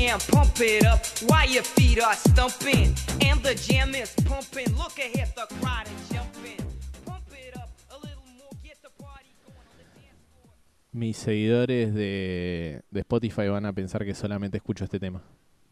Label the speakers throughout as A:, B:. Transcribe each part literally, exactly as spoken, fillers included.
A: jam, pump it up while your feet are stumping. And the jam is pumping. Look ahead, the crowd is jumping. Pump it up a little more, get the party going on the dance floor.
B: Mis seguidores de, de Spotify van a pensar que solamente escucho este tema.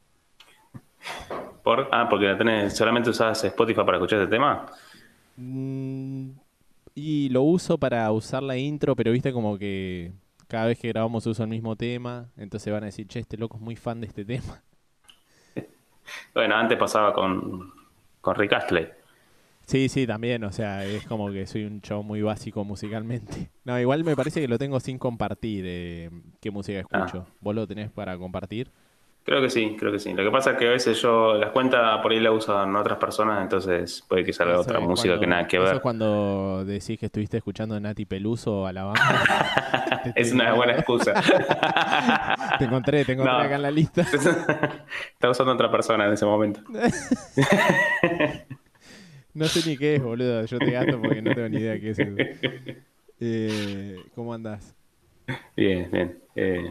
C: ¿Por? Ah, porque tenés, solamente usás Spotify para escuchar este tema.
B: Mm, y lo uso para usar la intro, pero viste como que cada vez que grabamos uso el mismo tema, entonces van a decir, che, este loco es muy fan de este tema.
C: Bueno, antes pasaba con, con Rick Astley.
B: Sí, sí, también, o sea, es como que soy un chavo muy básico musicalmente. No, igual me parece que lo tengo sin compartir, eh, qué música escucho.
C: Ah.
B: ¿Vos lo tenés para compartir?
C: Creo que sí, creo que sí. Lo que pasa es que a veces yo las cuentas por ahí la usan otras personas, entonces puede que salga
B: Eso
C: otra
B: es
C: música
B: cuando,
C: que nada que
B: eso
C: ver.
B: es cuando decís que estuviste escuchando Nati Peluso a la banda. Te estoy
C: Es una buena
B: mirando.
C: excusa.
B: Te encontré, te encontré
C: No.
B: acá en la lista.
C: Está usando otra persona en ese momento.
B: No sé ni qué es, boludo. Yo te gasto porque no tengo ni idea qué es eso. Eh, ¿Cómo andás?
C: Bien, bien. Eh,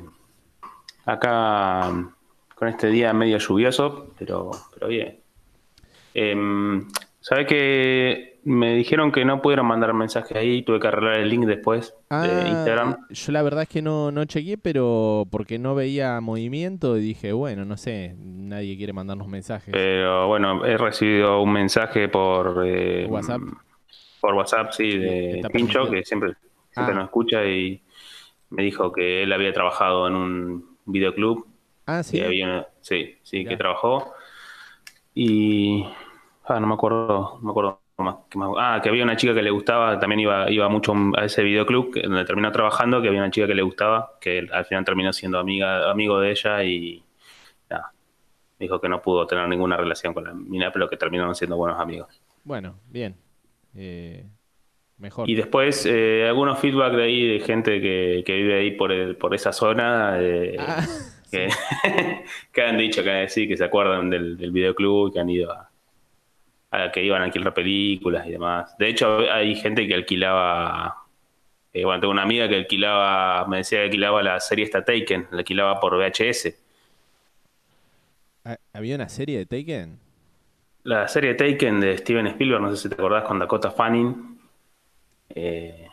C: acá con este día medio lluvioso, pero, pero bien. Eh, ¿sabés que me dijeron que no pudieron mandar mensaje ahí? Tuve que arreglar el link después de
B: Ah, eh,
C: Instagram.
B: yo la verdad es que no, no chequeé, pero porque no veía movimiento y dije, bueno, no sé, nadie quiere mandarnos mensajes.
C: Pero bueno, he recibido un mensaje por, eh,
B: WhatsApp
C: por WhatsApp, sí,
B: y
C: de
B: está
C: Tincho,
B: permitido.
C: que siempre, siempre
B: Ah,
C: nos escucha y me dijo que él había trabajado en un videoclub,
B: ah,
C: que
B: sí,
C: había, sí, sí, que
B: mirá.
C: trabajó y, ah, no me acuerdo, no me acuerdo más, qué más- ah, que había una chica que le gustaba, también iba, iba mucho a ese videoclub, que- donde terminó trabajando, que había una chica que le gustaba, que él al final terminó siendo amiga, amigo de ella y nada, dijo que no pudo tener ninguna relación con la mina, pero que terminaron siendo buenos amigos.
B: Bueno, bien. Eh, mejor.
C: Y después, eh, algunos feedback de ahí de gente que, que vive ahí por, el- por esa zona,
B: Ah,
C: eh, que,
B: sí.
C: que han dicho que sí, que se acuerdan del, del videoclub, que han ido a, a que iban a alquilar películas y demás. De hecho, hay gente que alquilaba, eh, bueno, tengo una amiga que alquilaba, me decía que alquilaba la serie esta Taken, la alquilaba por V H S.
B: Ah, ¿había una serie de Taken?
C: La serie Taken de Steven Spielberg, no sé si te acordás, con Dakota Fanning. eh,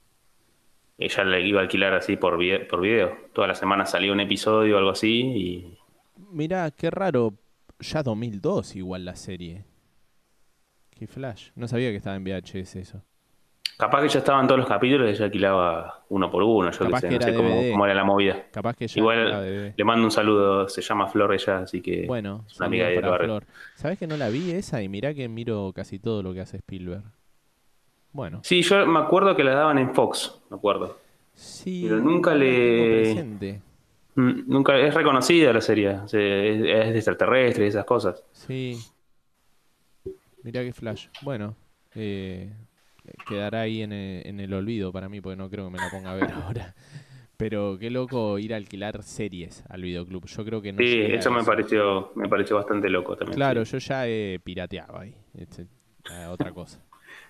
C: Ella le iba a alquilar así por, vide- por video. Toda la semana salía un episodio o algo así. Y
B: Mirá, qué raro. Ya dos mil dos igual la serie. Qué flash. No sabía que estaba en V H S eso.
C: capaz que ya estaban todos los capítulos y ella alquilaba uno por uno, yo qué
B: Capaz
C: sé,
B: que
C: no
B: era
C: sé cómo,
B: D V D.
C: cómo era la movida.
B: Capaz que ya era
C: Igual
B: D V D.
C: le mando un saludo, se llama Flor ella, así que
B: Bueno,
C: es una amiga
B: saludos
C: ahí del
B: para
C: barrio.
B: Flor. ¿Sabés que no la vi esa? Y mirá que miro casi todo lo que hace Spielberg. Bueno.
C: Sí, yo me acuerdo que la daban en Fox, me acuerdo. Pero
B: Sí,
C: nunca
B: no la tengo
C: le...
B: presente.
C: mm, Nunca es reconocida la serie, o sea, es, es de extraterrestres y esas cosas.
B: Sí, mirá qué flash. Bueno, eh, quedará ahí en el, en el olvido para mí porque no creo que me la ponga a ver ahora. Pero qué loco ir a alquilar series al videoclub. Yo creo que no
C: Sí,
B: llegué a
C: eso me
B: eso.
C: pareció, me pareció bastante loco también,
B: Claro,
C: sí.
B: yo ya he pirateado ahí. Este, eh, otra cosa.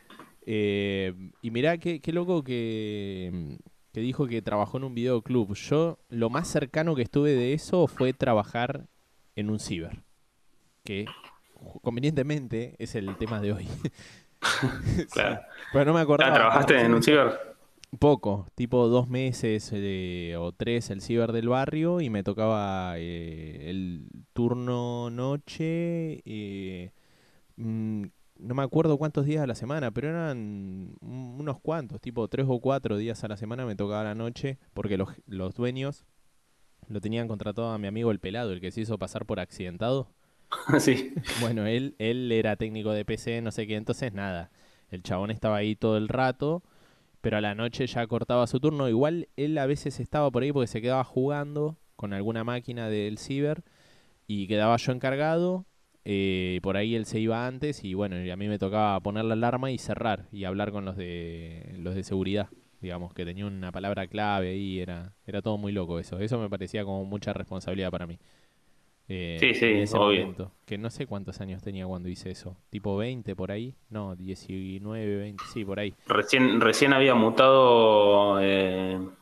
B: Eh, y mirá qué, qué loco que, que dijo que trabajó en un videoclub. Yo lo más cercano que estuve de eso fue trabajar en un ciber. Que ju- convenientemente es el tema de hoy.
C: Claro.
B: Sí. Pero no me
C: Ah,
B: acordaba, hasta
C: ¿trabajaste
B: recién
C: en
B: me
C: un
B: está...
C: ciber?
B: Poco, tipo dos meses eh, o tres el ciber del barrio y me tocaba eh, el turno noche, eh, mm, no me acuerdo cuántos días a la semana, pero eran un- unos cuantos, tipo tres o cuatro días a la semana me tocaba la noche porque los, los dueños lo tenían contratado a mi amigo el pelado, el que se hizo pasar por accidentado.
C: Sí.
B: Bueno, él, él era técnico de P C, no sé qué, entonces nada, el chabón estaba ahí todo el rato pero a la noche ya cortaba su turno. Igual él a veces estaba por ahí porque se quedaba jugando con alguna máquina del ciber y quedaba yo encargado. Eh, por ahí él se iba antes y bueno, y a mí me tocaba poner la alarma y cerrar y hablar con los de los de seguridad, digamos, que tenía una palabra clave ahí, era, era todo muy loco eso. Eso me parecía como mucha responsabilidad para mí.
C: Sí,
B: Eh, en
C: sí,
B: ese
C: obvio.
B: momento, que no sé cuántos años tenía cuando hice eso, tipo veinte por ahí, no, diecinueve, veinte, sí, por ahí.
C: Recién, recién había mutado, eh,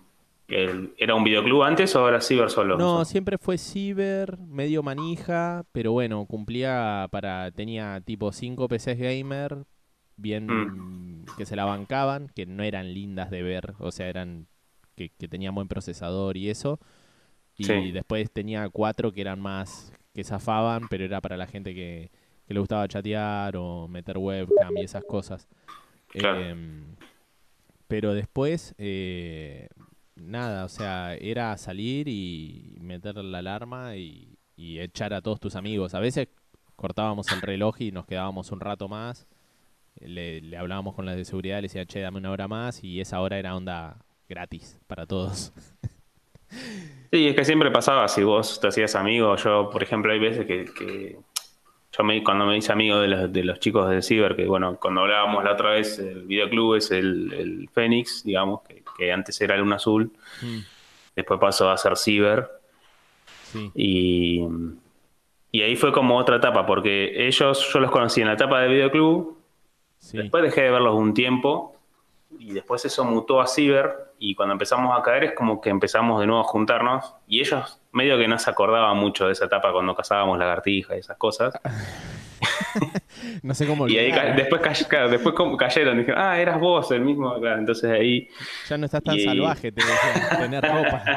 C: El- ¿Era un videoclub antes o era Ciber solo?
B: No,
C: Eso?
B: siempre fue ciber, medio manija, pero bueno, cumplía para, tenía tipo cinco P Cs gamer,
C: Mm,
B: bien que se la bancaban, que no eran lindas de ver, o sea, eran que, que tenían buen procesador y eso. Y
C: sí,
B: después tenía cuatro que eran más, que zafaban, pero era para la gente que, que le gustaba chatear o meter webcam y esas cosas.
C: claro.
B: Em, pero después, eh, nada, o sea, era salir y meter la alarma y, y echar a todos tus amigos. A veces cortábamos el reloj y nos quedábamos un rato más. Le, le hablábamos con la de seguridad, le decía, che, dame una hora más y esa hora era onda gratis para todos.
C: Sí, es que siempre pasaba, si vos te hacías amigo, yo, por ejemplo, hay veces que, que yo me, cuando me hice amigo de los, de los chicos del Ciber, que bueno, cuando hablábamos la otra vez, el videoclub es el, el Fénix, digamos, que, que antes era Luna Azul,
B: Mm,
C: después pasó a ser Ciber,
B: sí,
C: y, y ahí fue como otra etapa, porque ellos, yo los conocí en la etapa de videoclub,
B: sí.
C: después dejé de verlos un tiempo, y después eso mutó a Ciber, y cuando empezamos a caer es como que empezamos de nuevo a juntarnos, y ellos medio que no se acordaban mucho de esa etapa cuando cazábamos lagartijas y esas cosas.
B: No sé cómo
C: Y ahí ca-
B: olvidarlo.
C: después, cay- claro, después como cayeron, dijeron, ah, eras vos el mismo. Claro, entonces ahí.
B: Ya no estás tan
C: Y,
B: salvaje, te decían, tener ropa.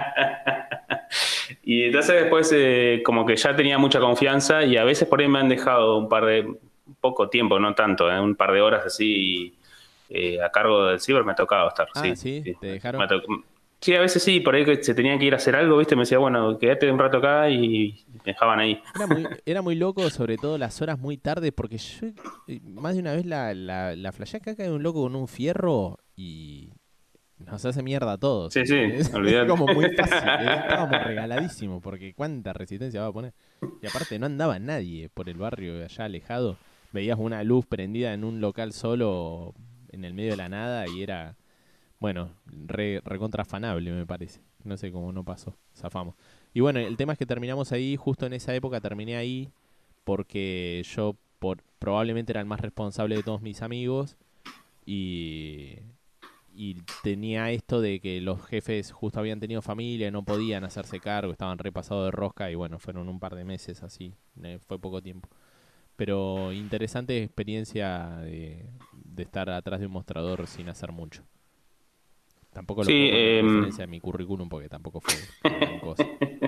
C: y entonces después eh, como que ya tenía mucha confianza y a veces por ahí me han dejado un par de, poco tiempo, no tanto, eh, un par de horas así eh, a cargo del ciber me ha tocado estar,
B: Ah,
C: sí.
B: sí,
C: Sí,
B: te
C: me
B: dejaron.
C: ha to- sí, a veces sí, por ahí que se tenía que ir a hacer algo, ¿viste? Me decía, bueno, quédate un rato acá y me dejaban ahí.
B: Era muy, era muy loco, sobre todo las horas muy tarde, porque yo eh, más de una vez la, la, la flashé acá cae un loco con un fierro y nos hace mierda a todos,
C: Sí, sí,
B: ¿entendés? Es
C: olvídate.
B: como muy fácil, eh, estábamos regaladísimos, porque cuánta resistencia va a poner. Y aparte no andaba nadie por el barrio allá alejado, veías una luz prendida en un local solo en el medio de la nada y era, bueno, re, recontrafanable me parece. No sé cómo no pasó, zafamos. Y bueno, el tema es que terminamos ahí, justo en esa época terminé ahí, porque yo por, probablemente era el más responsable de todos mis amigos y, y tenía esto de que los jefes justo habían tenido familia, no podían hacerse cargo, estaban repasados de rosca y bueno, fueron un par de meses así, eh, fue poco tiempo. Pero interesante experiencia de, de estar atrás de un mostrador sin hacer mucho. Tampoco lo
C: Sí,
B: pongo en
C: em,
B: referencia a mi currículum porque tampoco fue la gran cosa.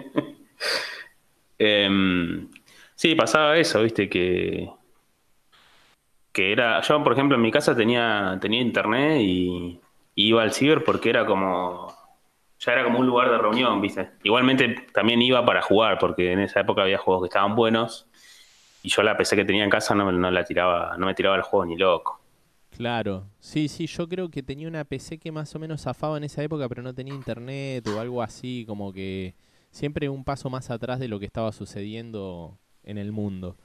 C: em, sí, pasaba eso, ¿viste? Que, que era, yo por ejemplo en mi casa tenía, tenía internet y, y iba al ciber porque era como, ya era como un lugar de reunión, ¿viste? Igualmente también iba para jugar porque en esa época había juegos que estaban buenos y yo la P C que tenía en casa no, me- no la tiraba, no me tiraba el juego ni loco.
B: Claro, sí, sí, yo creo que tenía una P C que más o menos zafaba en esa época, pero no tenía internet o algo así, como que siempre un paso más atrás de lo que estaba sucediendo en el mundo.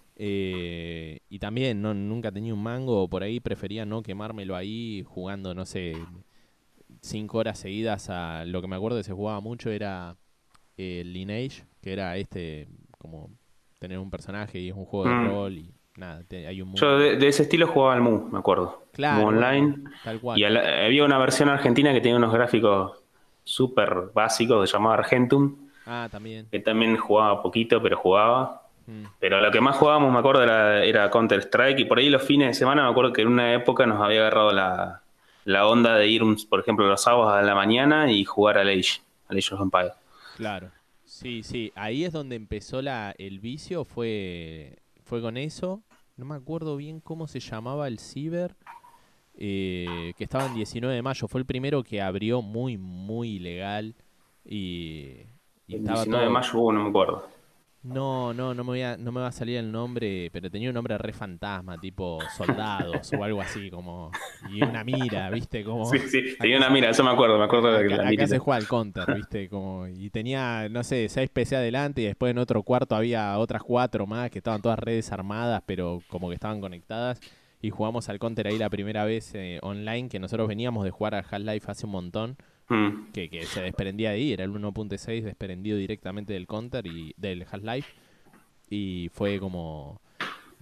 B: Eh, y también no, nunca tenía un mango, o por ahí prefería no quemármelo ahí jugando, no sé, cinco horas seguidas a lo que me acuerdo que se jugaba mucho era el Lineage, que era este, como tener un personaje y es un juego de
C: Mm.
B: rol y nada, te- hay un
C: Yo
B: mundo.
C: de, de ese estilo jugaba al Mu, me acuerdo. Mu
B: Claro, bueno,
C: Online.
B: tal
C: Y
B: cual.
C: al- había una versión argentina que tenía unos gráficos súper básicos que se llamaba Argentum,
B: Ah, también.
C: que también jugaba poquito, pero jugaba.
B: Mm.
C: Pero lo que más jugábamos, me acuerdo, era, era Counter-Strike. Y por ahí los fines de semana, me acuerdo que en una época nos había agarrado la, la onda de ir, un- por ejemplo, los sábados a la mañana y jugar al Age, al Age of Empires.
B: Claro. Sí, sí, ahí es donde empezó la, el vicio, fue, fue con eso. No me acuerdo bien cómo se llamaba el ciber, eh, que estaba en diecinueve de mayo. Fue el primero que abrió muy, muy ilegal y, y
C: El
B: estaba
C: diecinueve de
B: todo.
C: mayo hubo, no me acuerdo.
B: No, no, no me voy a, no me va a salir el nombre, pero tenía un nombre re fantasma, tipo soldados o algo así, como. Y una mira, ¿viste? Como.
C: Sí, sí, tenía
B: Acá,
C: una mira, eso me acuerdo, me acuerdo de
B: acá,
C: la
B: acá se
C: mirita.
B: juega al counter, ¿viste? Como, y tenía, no sé, seis P C adelante y después en otro cuarto había otras cuatro más que estaban todas redes armadas, pero como que estaban conectadas. Y jugamos al counter ahí la primera vez eh, online, que nosotros veníamos de jugar al Half-Life hace un montón,
C: Mm.
B: que, que se desprendía de ahí, era el uno punto seis desprendido directamente del counter y del Half-Life. Y fue como,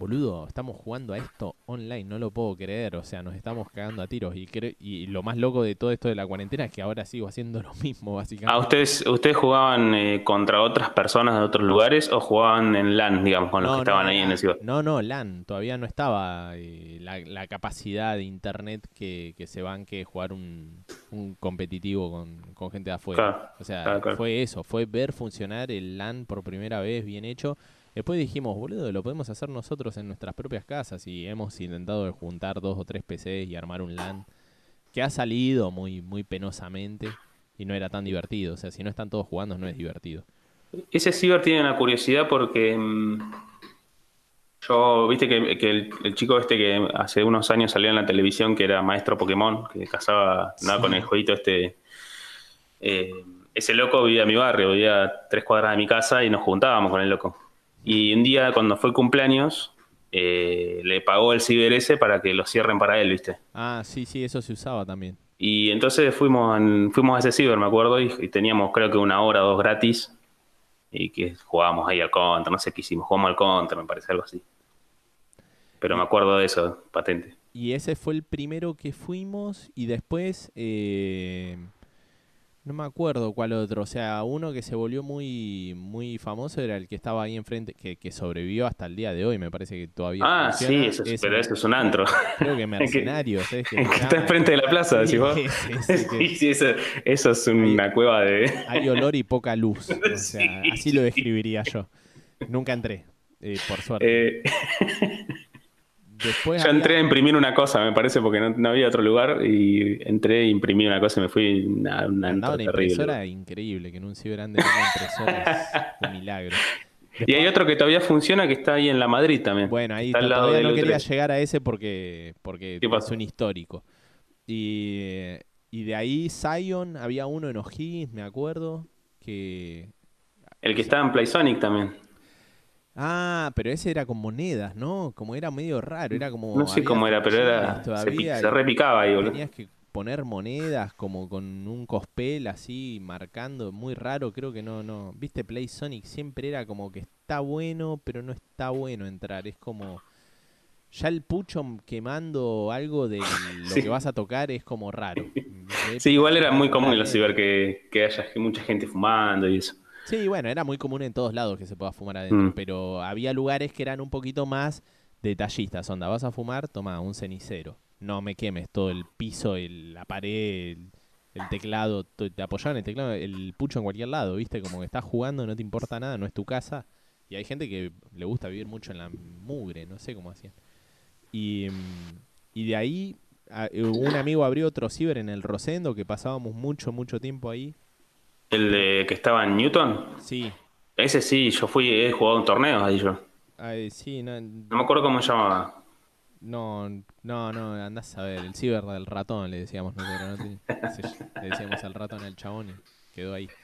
B: boludo, estamos jugando a esto online, no lo puedo creer, o sea, nos estamos cagando a tiros. Y, cre- y lo más loco de todo esto de la cuarentena es que ahora sigo haciendo lo mismo,
C: Ah,
B: básicamente.
C: ¿ustedes, ustedes jugaban eh, contra otras personas de otros lugares o jugaban en LAN, digamos, con los que
B: No, no
C: estaban ahí en el
B: era,
C: ciber?
B: no, no, LAN, todavía no estaba eh, la, la capacidad de internet que, que se banque jugar un, un competitivo con, con gente de afuera.
C: Claro,
B: O sea,
C: claro, claro.
B: fue eso, fue ver funcionar el LAN por primera vez bien hecho. Después dijimos, boludo, lo podemos hacer nosotros en nuestras propias casas y hemos intentado juntar dos o tres P Cs y armar un LAN que ha salido muy, muy penosamente y no era tan divertido. O sea, si no están todos jugando no es divertido.
C: Ese ciber tiene una curiosidad porque mm, yo, viste que, que el, el chico este que hace unos años salió en la televisión, que era maestro Pokémon, que cazaba nada con el
B: Sí.
C: jueguito este. eh, Ese loco vivía en mi barrio, vivía a tres cuadras de mi casa y nos juntábamos con el loco. Y un día, cuando fue el cumpleaños, eh, le pagó el ciber ese para que lo cierren para él, ¿viste?
B: Ah, sí, sí, eso se usaba también.
C: Y entonces fuimos, en- fuimos a ese ciber, me acuerdo, y, y teníamos creo que una hora o dos gratis, y que jugábamos ahí al counter, no sé qué hicimos, jugamos al counter, me parece algo así. Pero me
B: Y,
C: acuerdo de eso, patente.
B: y ese fue el primero que fuimos y después, eh, no me acuerdo cuál otro, o sea, uno que se volvió muy, muy famoso era el que estaba ahí enfrente, que, que sobrevivió hasta el día de hoy, me parece que todavía
C: Ah, sí,
B: funciona.
C: eso es-
B: Es,
C: pero
B: m-
C: eso es un antro.
B: creo que
C: El que,
B: Mercenarios, es que
C: el
B: se
C: que está
B: llama.
C: enfrente de la plaza, decís
B: Sí,
C: vos.
B: ese, ese que
C: Sí, sí, eso, eso es
B: hay,
C: una cueva de...
B: hay olor y poca luz, o sea,
C: Sí,
B: así lo
C: sí.
B: describiría yo. Nunca entré, eh, por suerte.
C: Eh,
B: Después
C: yo entré
B: había,
C: a imprimir una cosa, me parece, porque no, no había otro lugar, y entré a imprimir una cosa y me fui a un
B: andaba
C: antro
B: una
C: terrible.
B: impresora increíble, que en un ciber ande una impresora es un milagro.
C: Y hay
B: Después,
C: otro que todavía funciona que está ahí en la Madrid también,
B: bueno,
C: que
B: ahí
C: está
B: está.
C: al lado
B: Todavía
C: del
B: no quería
C: U tres.
B: llegar a ese porque, porque
C: ¿Qué
B: es
C: pasa?
B: un histórico. Y, y de ahí Zion, había uno en O'Higgins, me acuerdo, que...
C: El
B: o
C: que
B: sea,
C: está en Playsonic también.
B: ah, pero ese era con monedas, ¿no? Como era medio raro, era
C: No
B: como,
C: sé
B: había
C: cómo era, pero
B: fichines
C: era se, pi-
B: todavía
C: se
B: y,
C: repicaba ahí,
B: y
C: boludo.
B: tenías que poner monedas como con un cospel así marcando, muy raro, creo que no, no. Viste, Play Sonic siempre era como que está bueno, pero no está bueno entrar, es como... Ya el pucho quemando algo de lo que vas
C: Sí.
B: a tocar es como raro. De
C: Sí,
B: época
C: igual
B: de
C: era muy común en los
B: Counter-Strike.
C: ciber que, que haya mucha gente fumando y eso.
B: Sí, bueno, era muy común en todos lados que se pueda fumar adentro,
C: Mm.
B: pero había lugares que eran un poquito más detallistas. Onda, vas a fumar, toma un cenicero. No me quemes todo el piso, el- la pared, el, el teclado. to- Te apoyaban el teclado, el pucho en cualquier lado, ¿viste? Como que estás jugando, no te importa nada, no es tu casa. Y hay gente que le gusta vivir mucho en la mugre, no sé cómo hacían. Y, mm, y de ahí, a- un amigo abrió otro ciber en el Rosendo, que pasábamos mucho, mucho tiempo ahí.
C: El
B: Pero
C: de que estaba en Newton,
B: sí,
C: ese sí, yo fui, he jugado en torneos ahí yo.
B: ay, sí, no,
C: No me acuerdo cómo se llamaba.
B: no, no, no, andás a ver, el ciber del ratón le decíamos nosotros, ¿no? Tiene- qué sé yo, le decíamos al ratón al chabón y quedó ahí.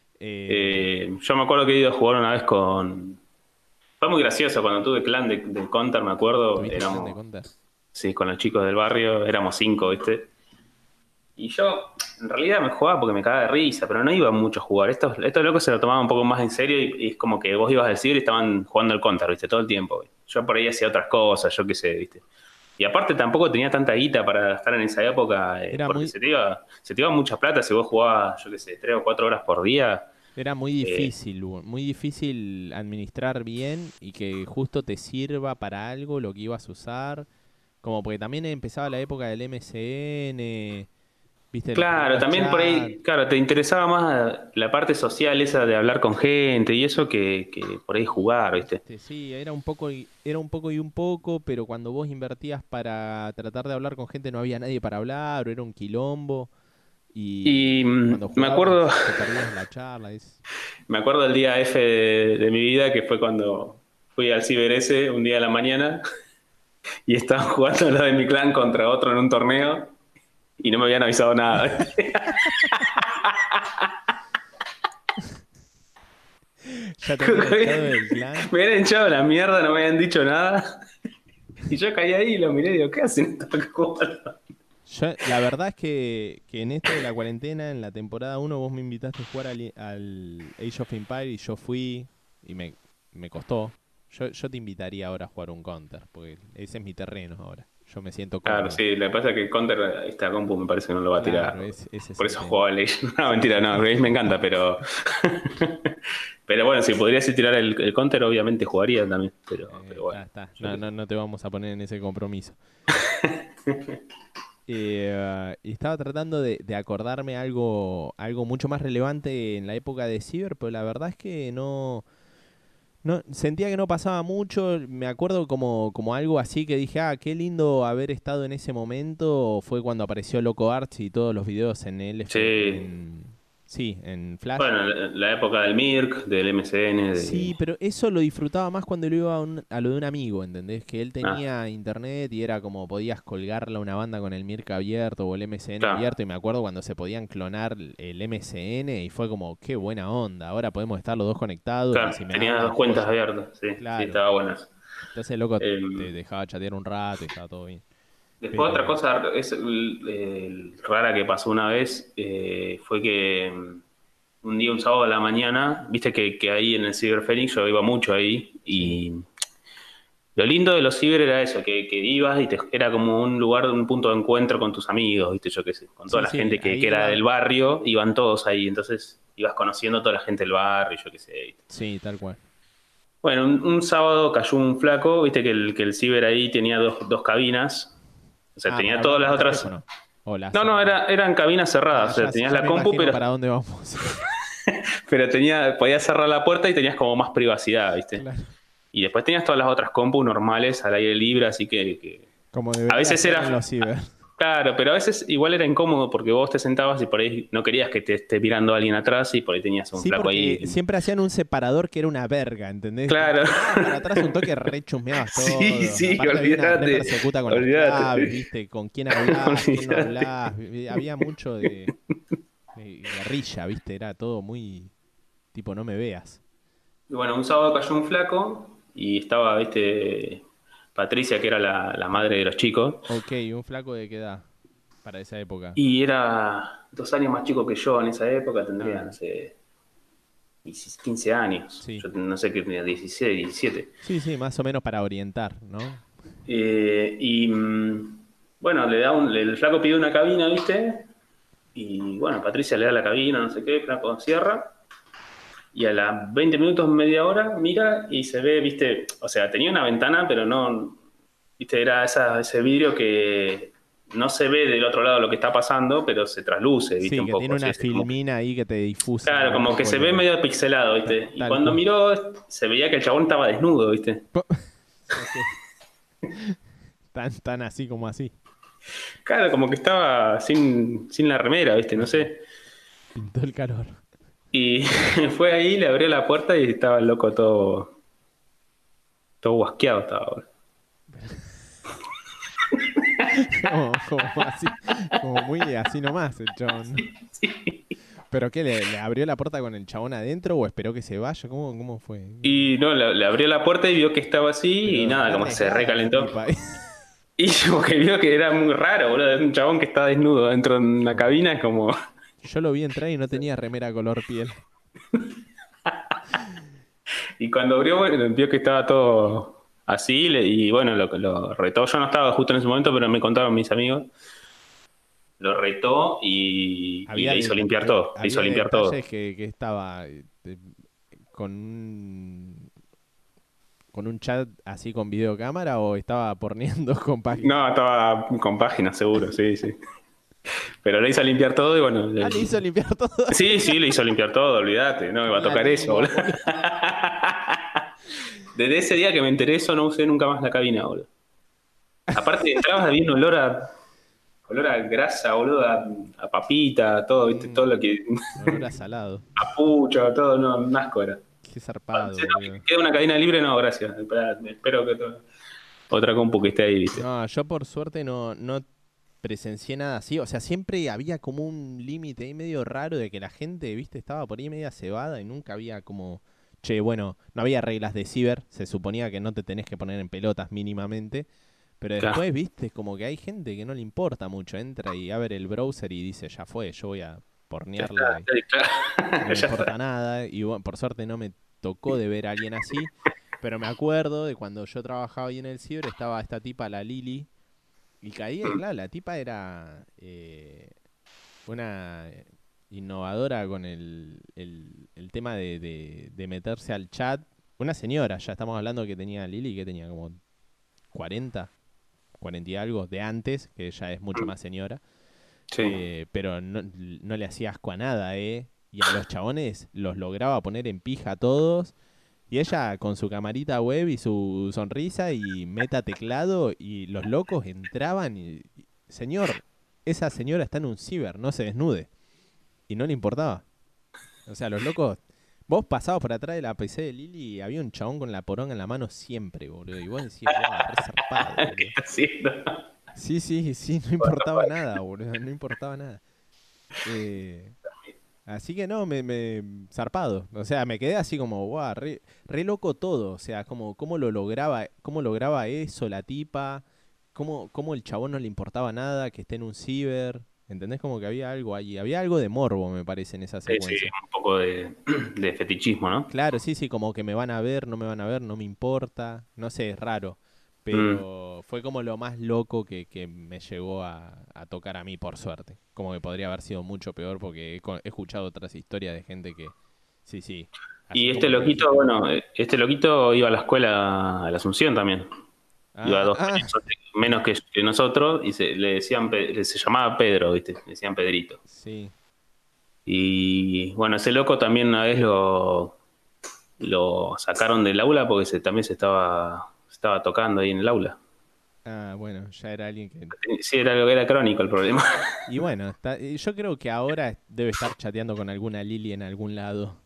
B: Eh,
C: Eh, yo me acuerdo que he ido a jugar una vez con... Fue muy gracioso cuando tuve clan de, de Counter, me acuerdo.
B: ¿Tuviste clan de
C: Éramos,
B: Counter?
C: sí, con los chicos del barrio, éramos cinco, ¿viste? Y yo, en realidad me jugaba porque me cagaba de risa, pero no iba mucho a jugar. Estos, estos locos se lo tomaban un poco más en serio y, y es como que vos ibas al ciber y estaban jugando al Counter, ¿viste? Todo el tiempo. ¿viste? Yo por ahí hacía otras cosas, yo qué sé, ¿viste? Y aparte tampoco tenía tanta guita para gastar en esa época, eh,
B: Era
C: porque
B: muy,
C: se te iba, se te iba mucha plata si vos jugabas, yo qué sé, tres o cuatro horas por día.
B: era muy
C: Eh,
B: difícil, Hugo, muy difícil administrar bien y que justo te sirva para algo lo que ibas a usar. Como porque también empezaba la época del M S N, viste, los
C: claro,
B: primeros
C: también por
B: chats.
C: ahí, claro, te interesaba más la parte social esa de hablar con gente y eso que, que por ahí jugar, ¿viste?
B: Este, sí, era un poco y, era un poco y un poco, pero cuando vos invertías para tratar de hablar con gente no había nadie para hablar, o era un quilombo,
C: Y
B: y
C: mm,
B: cuando
C: me acuerdo,
B: jugabas te perdías la charla. Es...
C: me acuerdo del día F de, de mi vida, que fue cuando fui al Ciber ese un día a la mañana y estaban jugando los de mi clan contra otro en un torneo y no me habían avisado nada.
B: Ya te habían echado del clan.
C: Me habían echado la mierda, no me habían dicho nada. Y yo caí ahí y lo miré y digo, ¿qué hacen estos jugando?
B: Yo, la verdad es que, que en esto de la cuarentena, en la temporada uno vos me invitaste a jugar al, al Age of Empires y yo fui y me, me costó. Yo, yo te invitaría ahora a jugar un Counter, porque ese es mi terreno ahora. Yo me siento
C: Claro,
B: cómodo.
C: sí, lo que pasa es que Counter, esta compu me parece que no lo va a
B: Claro,
C: tirar.
B: es- ese es
C: Por
B: el
C: eso
B: tema.
C: jugaba al Age. No, mentira, no, el Age me encanta, pero. Pero bueno, si podrías tirar el, el Counter, obviamente jugaría también. Pero,
B: Eh,
C: pero bueno.
B: está, está.
C: yo
B: No,
C: qué
B: no,
C: sé.
B: no te vamos a poner en ese compromiso. Eh, y estaba tratando de, de acordarme algo, algo mucho más relevante en la época de Ciber, pero la verdad es que no, no sentía que no pasaba mucho. Me acuerdo como, como algo así que dije, ah, qué lindo haber estado en ese momento. Fue cuando apareció Loco Arts y todos los videos en L F,
C: Sí.
B: en, sí, en Flash.
C: Bueno, la, la época del Mirk, del M C N, de.
B: Sí, pero eso lo disfrutaba más cuando lo iba a, un- a lo de un amigo, ¿entendés? Que él
C: Ah,
B: tenía internet y era como podías colgarle a una banda con el Mirk abierto o el M C N
C: claro.
B: abierto. Y me acuerdo cuando se podían clonar el M C N y fue como, qué buena onda. Ahora podemos estar los dos conectados y
C: Claro,
B: si me
C: tenía
B: hablan,
C: dos cuentas
B: joya.
C: abiertas, sí, sí,
B: Claro.
C: estaba buenas.
B: Entonces, loco,
C: Eh,
B: te dejaba chatear un rato y estaba todo bien.
C: Después otra
B: Pero,
C: cosa es, eh, rara que pasó una vez eh, fue que mm, un día, un sábado a la mañana, viste que, que ahí en el Cyber Phoenix yo iba mucho ahí
B: sí.
C: y lo lindo de los ciber era eso, que, que ibas y te, era como un lugar, un punto de encuentro con tus amigos, viste, yo qué sé, con toda
B: Sí,
C: la
B: sí,
C: gente que, que
B: ahí
C: era
B: iba.
C: del barrio, iban todos ahí, entonces ibas conociendo a toda la gente del barrio, yo qué sé, ¿viste?
B: Sí, tal cual.
C: Bueno, un, un sábado cayó un flaco, viste que el, que el ciber ahí tenía dos, dos cabinas, o sea,
B: Ah, para
C: tenía
B: hablar
C: todas las
B: por
C: otras.
B: teléfono. Hola,
C: No, no,
B: cerrado.
C: era, eran cabinas
B: Ah,
C: cerradas, o sea,
B: ya,
C: tenías
B: ya
C: la
B: me
C: compu,
B: imagino
C: pero,
B: para dónde vamos.
C: pero tenía, podías cerrar la puerta y tenías como más privacidad, ¿viste?
B: Claro.
C: Y después tenías todas las otras compu normales al aire libre, así que, que
B: Como
C: a
B: debería
C: veces
B: ser en
C: era,
B: los ciber.
C: claro, pero a veces igual era incómodo porque vos te sentabas y por ahí no querías que te esté mirando alguien atrás y por ahí tenías un
B: Sí,
C: flaco
B: porque
C: ahí.
B: siempre hacían un separador que era una verga, ¿entendés? Te,
C: Claro,
B: te tirabas para atrás un toque, re chusmeabas
C: sí,
B: todo.
C: sí,
B: Aparte había una re
C: olvídate,
B: persecuta con las claves,
C: olvídate,
B: ¿viste? Con quién hablás, quién no
C: olvídate.
B: hablás. Vi- Había mucho de, de guerrilla, ¿viste? Era todo muy tipo, no me veas.
C: Y bueno, un sábado cayó un flaco y estaba, viste, Patricia, que era la, la madre de los chicos,
B: Ok, ¿un flaco de qué edad para esa época?
C: y era dos años más chico que yo en esa época, tendría,
B: Ah,
C: no sé, quince años,
B: sí.
C: yo no sé qué tenía, dieciséis, diecisiete.
B: Sí, sí, más o menos para orientar, ¿no?
C: Eh, y mm, bueno, le da un, el flaco pide una cabina, ¿viste? Y bueno, Patricia le da la cabina, no sé qué, el flaco cierra. Y a las veinte minutos, media hora, mira y se ve, ¿viste? O sea, tenía una ventana, pero no, ¿viste? Era esa, ese vidrio que no se ve del otro lado lo que está pasando, pero se trasluce, ¿viste?
B: Sí,
C: Un
B: que tiene
C: poco. Sí,
B: una
C: sí, como,
B: filmina ahí que te difusa
C: claro,
B: un
C: como que
B: poco
C: se ve
B: lo...
C: medio pixelado,
B: ta-
C: ¿viste? Y
B: tal
C: cuando
B: cual.
C: miró, se veía que el chabón estaba desnudo, ¿viste?
B: Ok. Tan, tan así como así.
C: Claro, como que estaba sin, sin la remera, ¿viste? No
B: Ok.
C: sé.
B: Pintó el calor.
C: Y fue ahí, le abrió la puerta y estaba el loco todo, todo guasqueado estaba, boludo.
B: Como, como así. Como muy así nomás el chabón. ¿Pero qué? ¿Le, le abrió la puerta con el chabón adentro o esperó que se vaya? ¿Cómo, cómo fue?
C: Y no, le, le abrió la puerta y vio que estaba así y
B: Pero
C: nada,
B: re
C: como se
B: arriesgada la
C: recalentó.
B: tipa.
C: Y como que vio que era muy raro, boludo, un chabón que está desnudo dentro de una
B: Como-
C: cabina, es como...
B: Yo lo vi entrar y no tenía remera color piel.
C: Y cuando abrió, bueno, vio que estaba todo así le- y bueno, lo, lo retó. Yo no estaba justo en ese momento, pero me contaron mis amigos. Lo retó y, y
B: Había,
C: le hizo
B: de-
C: limpiar
B: había,
C: todo, le hizo
B: había
C: limpiar
B: detalles
C: todo.
B: que, que estaba eh, de- con un, con un chat así con videocámara o estaba porneando con páginas.
C: No, estaba con páginas, seguro, sí, sí. Pero le hizo limpiar todo y bueno,
B: Ah,
C: le-
B: le hizo limpiar todo.
C: sí, sí, le hizo limpiar todo, olvídate, no me va a
B: Con la
C: tocar eso,
B: lengua,
C: boludo.
B: boludo.
C: Desde ese día que me enteré eso, no usé nunca más la cabina, boludo. Aparte, entrabas, había un olor a, olor a grasa, boludo, a, a papita, todo, viste, todo lo
B: Mm,
C: que,
B: olor a salado.
C: a pucho, todo, no, un asco era.
B: Qué
C: Si
B: zarpado,
C: no
B: boludo.
C: me queda una cabina libre, no, gracias. Esperá, espero que to- otra compu que esté ahí, viste.
B: No, yo por suerte no, no presencié nada así. O sea, siempre había como un límite ahí medio raro de que la gente, viste, estaba por ahí media cebada y nunca había como... Che, bueno, no había reglas de ciber. Se suponía que no te tenés que poner en pelotas mínimamente. Pero
C: Claro,
B: después, viste, como que hay gente que no le importa mucho. Entra y abre el browser y dice, ya fue, yo voy a
C: ya está,
B: pornearla y
C: ya, claro.
B: no me
C: Ya
B: importa
C: está.
B: nada. Y bueno, por suerte no me tocó de ver a alguien así. pero me acuerdo de cuando yo trabajaba ahí en el ciber, estaba esta tipa, la Lili, y caía, y claro, la tipa era eh, una innovadora con el, el, el tema de, de, de meterse al chat. Una señora, ya estamos hablando que tenía Lili, que tenía como cuarenta, cuarenta y algo de antes, que ella es mucho más señora.
C: Sí.
B: Eh, pero no, no le hacía asco a nada, ¿eh? Y a los chabones los lograba poner en pija a todos. Y ella con su camarita web y su sonrisa y meta teclado y los locos entraban y... y, señor, esa señora está en un ciber, no se desnude. Y no le importaba. O sea, los locos... Vos pasabas por atrás de la P C de Lili y había un chabón con la poronga en la mano siempre, boludo. Y vos decías, wow, re zarpado, boludo.
C: ¿Qué está haciendo?
B: Sí, sí, sí, no importaba nada, boludo, no importaba nada. Eh, así que no, me, me zarpado. O sea, me quedé así como, guau, re, re loco todo. O sea, como cómo lo lograba, cómo lograba eso la tipa, cómo, cómo el chabón no le importaba nada, que esté en un ciber. ¿Entendés? Como que había algo allí. Había algo de morbo, me parece, en esa
C: Sí, sí,
B: secuencia.
C: un poco de, de fetichismo, ¿no?
B: Claro, sí, sí, como que me van a ver, no me van a ver, no me importa. No sé, es raro.
C: Mm.
B: Pero fue como lo más loco que, que me llegó a, a tocar a mí, por suerte. Como que podría haber sido mucho peor porque he, co- he escuchado otras historias de gente que, sí, sí, así
C: Y este
B: como lo
C: loquito,
B: dijiste vos.
C: bueno, eh, este loquito iba a la escuela a la Asunción también. Iba
B: Ah,
C: dos
B: ah,
C: años antes- menos que, que nosotros y se, le decían, Pe- le- se llamaba Pedro, ¿viste? Le decían Pedrito.
B: sí.
C: Y bueno, ese loco también una vez lo, lo sacaron del aula porque se, también se estaba, se estaba tocando ahí en el aula.
B: Ah, bueno, ya era alguien que...
C: Sí, era, era crónico el problema.
B: Y bueno, está, y yo creo que ahora debe estar chateando con alguna Lili en algún lado,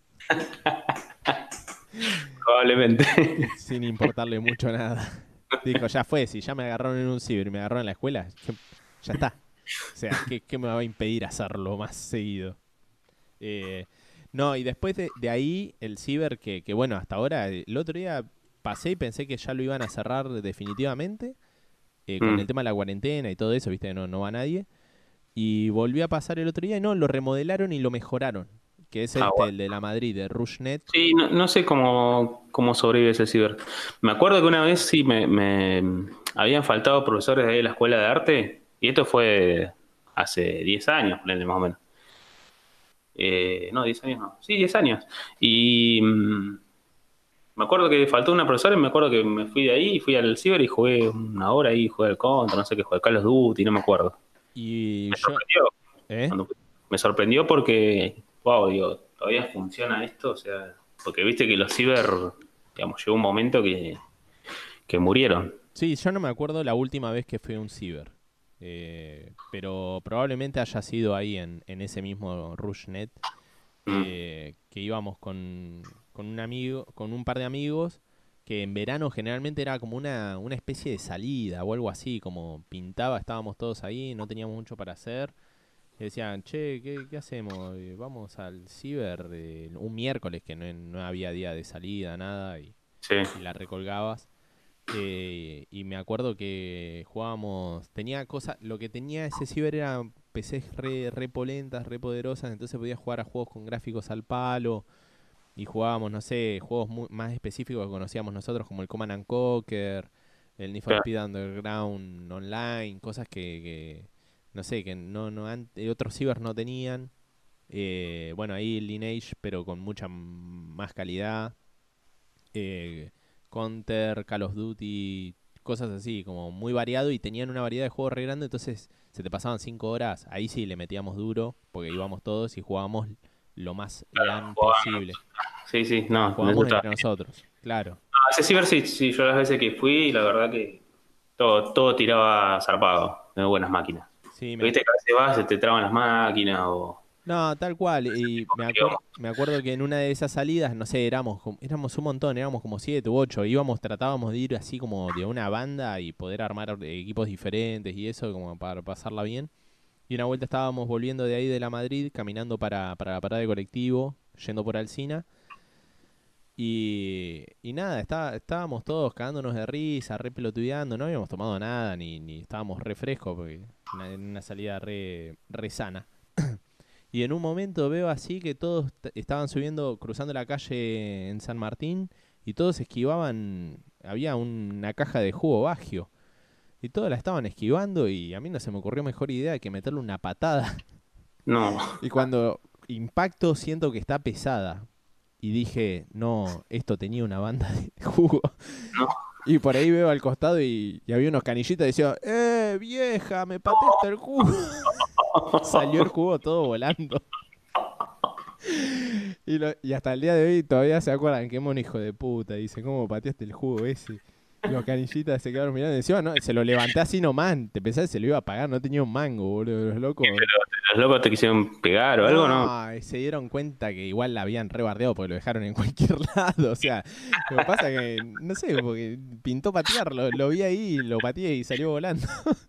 C: Probablemente.
B: sin importarle mucho nada. Dijo, ya fue, si ya me agarraron en un ciber y me agarraron en la escuela, ¿qué- ya está. O sea, ¿qué, qué me va a impedir hacerlo más seguido? Eh, no, y después de, de ahí, el ciber, que, que bueno, hasta ahora, eh, el otro día pasé y pensé que ya lo iban a cerrar definitivamente, eh, con el
C: Mm.
B: tema de la cuarentena y todo eso, viste, no, no va nadie. Y volví a pasar el otro día y no, lo remodelaron y lo mejoraron, que es
C: Ah,
B: este,
C: bueno.
B: el de la Madrid, de RushNet.
C: Sí, no, no sé cómo, cómo sobrevive ese ciber. Me acuerdo que una vez sí me, me habían faltado profesores de ahí de la escuela de arte, y esto fue hace diez años, ponele, más o menos. Eh, no, diez años no. Sí, diez años. Y mm, me acuerdo que faltó una profesora y me acuerdo que me fui de ahí y fui al ciber y jugué una hora ahí, jugué al Contra, no sé qué, jugué Call of Duty, no me acuerdo.
B: Y
C: Me
B: yo,
C: sorprendió.
B: ¿eh?
C: Cuando- me sorprendió porque, wow, digo, todavía funciona esto, o sea, porque viste que los ciber, digamos, llegó un momento que, que murieron.
B: Sí, yo no me acuerdo la última vez que fui a un ciber. Eh, pero probablemente haya sido ahí en, en ese mismo RushNet,
C: Mm,
B: eh, que íbamos con, con un amigo, con un par de amigos, que en verano generalmente era como una, una especie de salida o algo así, como pintaba, estábamos todos ahí, no teníamos mucho para hacer. Y decían, che, ¿qué, qué hacemos? Eh, Vamos al ciber eh, un miércoles que no, no había día de salida, nada, y,
C: sí,
B: y la recolgabas. Eh, y me acuerdo que jugábamos, tenía cosas, lo que tenía ese ciber era P Cs re, re polentas, re poderosas, entonces podías jugar a juegos con gráficos al palo y jugábamos, no sé, juegos mu- más específicos que conocíamos nosotros como el Command and Conquer, el Need for
C: claro.
B: Speed Underground Online, cosas que, que, no sé, que no, no an- eh, otros cibers no tenían. Eh, bueno, ahí Lineage, pero con mucha m- más calidad. Eh, Counter, Call of Duty, cosas así, como muy variado y tenían una variedad de juegos re grande, entonces se te pasaban cinco horas, ahí sí le metíamos duro, porque íbamos todos y jugábamos lo más LAN
C: Jugaban-
B: posible.
C: Sí, sí, no, eso
B: Jugábamos
C: está.
B: entre nosotros, claro.
C: Ah, ese ciber sí, sí, yo las veces que fui, la verdad que todo, todo tiraba zarpado, de buenas máquinas.
B: Sí, me,
C: Viste que a veces vas, se te traban las máquinas o...
B: no, tal cual. Y me acuerdo, me acuerdo que en una de esas salidas, no sé, éramos, como- éramos un montón, éramos como siete u ocho. Íbamos, tratábamos de ir así como de una banda y poder armar equipos diferentes y eso, como para pasarla bien. Y una vuelta estábamos volviendo de ahí de la Madrid, caminando para, para la parada de colectivo, yendo por Alsina. Y, y nada, estaba- estábamos todos cagándonos de risa, re pelotudeando, no habíamos tomado nada, ni, ni estábamos re frescos, porque una, una salida re, re sana. Y en un momento veo así que todos t- estaban subiendo, cruzando la calle en San Martín y todos esquivaban, había una caja de jugo Bagio, y todos la estaban esquivando y a mí no se me ocurrió mejor idea que meterle una patada.
C: No.
B: Y cuando impacto siento que está pesada. Y dije, no, esto tenía una banda de jugo.
C: No.
B: Y por ahí veo al costado y, y había unos canillitas y decía, ¡eh, vieja, me pateaste el jugo! Salió el jugo todo volando. Y, lo, y hasta el día de hoy todavía se acuerdan que mon hijo de puta. Dice, ¿cómo pateaste el jugo ese? Y los canillitas se quedaron mirando y encima, no, se lo levanté así nomás. Te pensás que se lo iba a pagar, no tenía un mango, boludo. Los locos.
C: Pero los locos te quisieron pegar o algo, ¿no?
B: No, se dieron cuenta que igual la habían rebardeado porque lo dejaron en cualquier lado. O sea, lo que pasa que, no sé, porque pintó patearlo. Lo vi ahí, lo pateé y salió volando.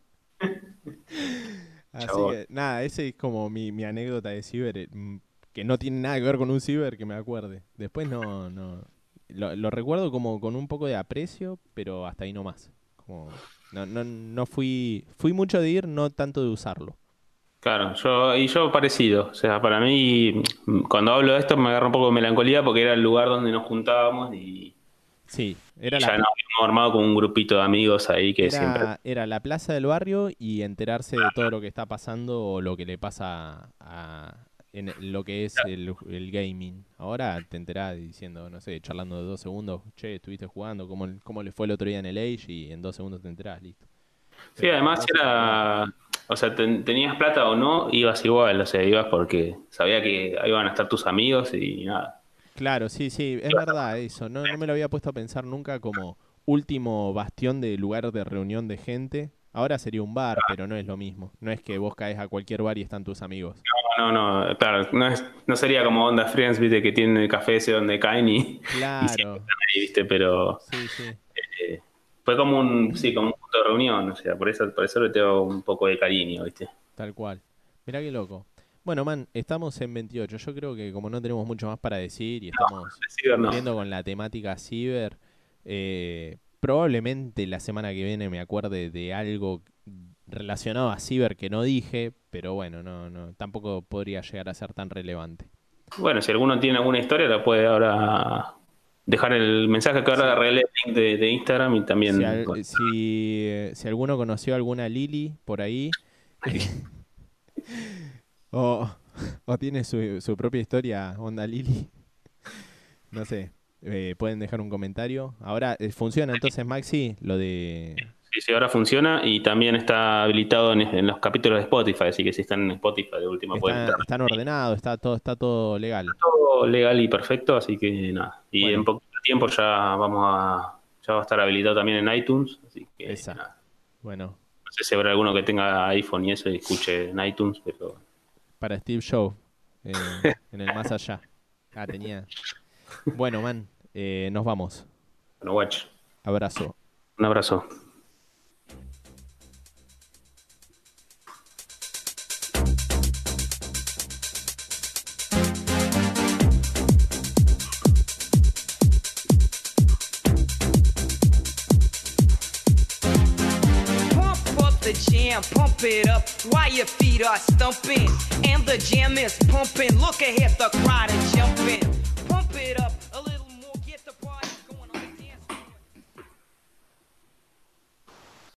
B: Así
C: Chabón.
B: que, nada, ese es como mi, mi anécdota de ciber, eh, que no tiene nada que ver con un ciber que me acuerde. Después no, no. Lo, lo recuerdo como con un poco de aprecio, pero hasta ahí nomás. Como, no, no, no fui, fui mucho de ir, no tanto de usarlo.
C: Claro, yo y yo parecido. O sea, para mí, cuando hablo de esto me agarra un poco de melancolía porque era el lugar donde nos juntábamos y
B: Sí, era
C: ya
B: la,
C: nos habíamos armado con un grupito de amigos ahí que siempre...
B: era, era la plaza del barrio y enterarse de todo lo que está pasando o lo que le pasa a, en lo que es el, el gaming. Ahora te enterás diciendo, no sé, charlando de dos segundos, che, estuviste jugando, ¿cómo, cómo le fue el otro día en el Age? Y en dos segundos te enterás, listo.
C: Sí, además era... O sea, ten- tenías plata o no, ibas igual. O sea, ibas porque sabía que ahí iban a estar tus amigos y nada.
B: Claro, sí, sí, es verdad eso. No, no me lo había puesto a pensar nunca como último bastión de lugar de reunión de gente. Ahora sería un bar, pero no es lo mismo. No es que vos caes a cualquier bar y están tus amigos.
C: No, no, no, claro, no, es, no sería como Onda Friends, viste, que tienen el café ese donde caen y, y siempre
B: Claro,
C: están ahí, viste, pero
B: sí, sí,
C: eh, fue como un, sí, como un punto de reunión, o sea, por eso, por eso le tengo un poco de cariño, viste.
B: tal cual. Mirá qué loco. Bueno, man, estamos en veintiocho. Yo creo que como no tenemos mucho más para decir y estamos
C: De ciber no.
B: cumpliendo con la temática ciber, eh, probablemente la semana que viene me acuerde de algo relacionado a ciber que no dije, pero bueno, no, no, tampoco podría llegar a ser tan relevante.
C: Bueno, si alguno tiene alguna historia, la puede ahora dejar el mensaje que ahora arreglé el link de, de Instagram y también...
B: Si, al-
C: bueno,
B: si, eh, si alguno conoció alguna Lili por ahí, o, o tiene su, su propia historia, onda Lili, no sé, eh, pueden dejar un comentario. Ahora, eh, ¿funciona entonces, Maxi, lo de...
C: sí, sí, ahora funciona y también está habilitado en, en los capítulos de Spotify, así que si están en Spotify de última pueden
B: Está,
C: entrar.
B: están ordenados, está todo, está todo legal.
C: Todo legal y perfecto, así que nada. Y
B: Bueno.
C: en poquito tiempo ya vamos a, ya va a estar habilitado también en iTunes, así que
B: Esa.
C: nada.
B: Bueno,
C: No sé si habrá alguno que tenga iPhone y eso y escuche en iTunes, pero
B: para Steve Jobs, eh, en el más allá. Ah, tenía... Bueno, man, eh, nos vamos.
C: bueno, watch.
B: Abrazo.
C: Un abrazo.
A: Pump up the jam, pump it up while your feet are stumping. And the jam is pumping. Look ahead, the crowd is jumping.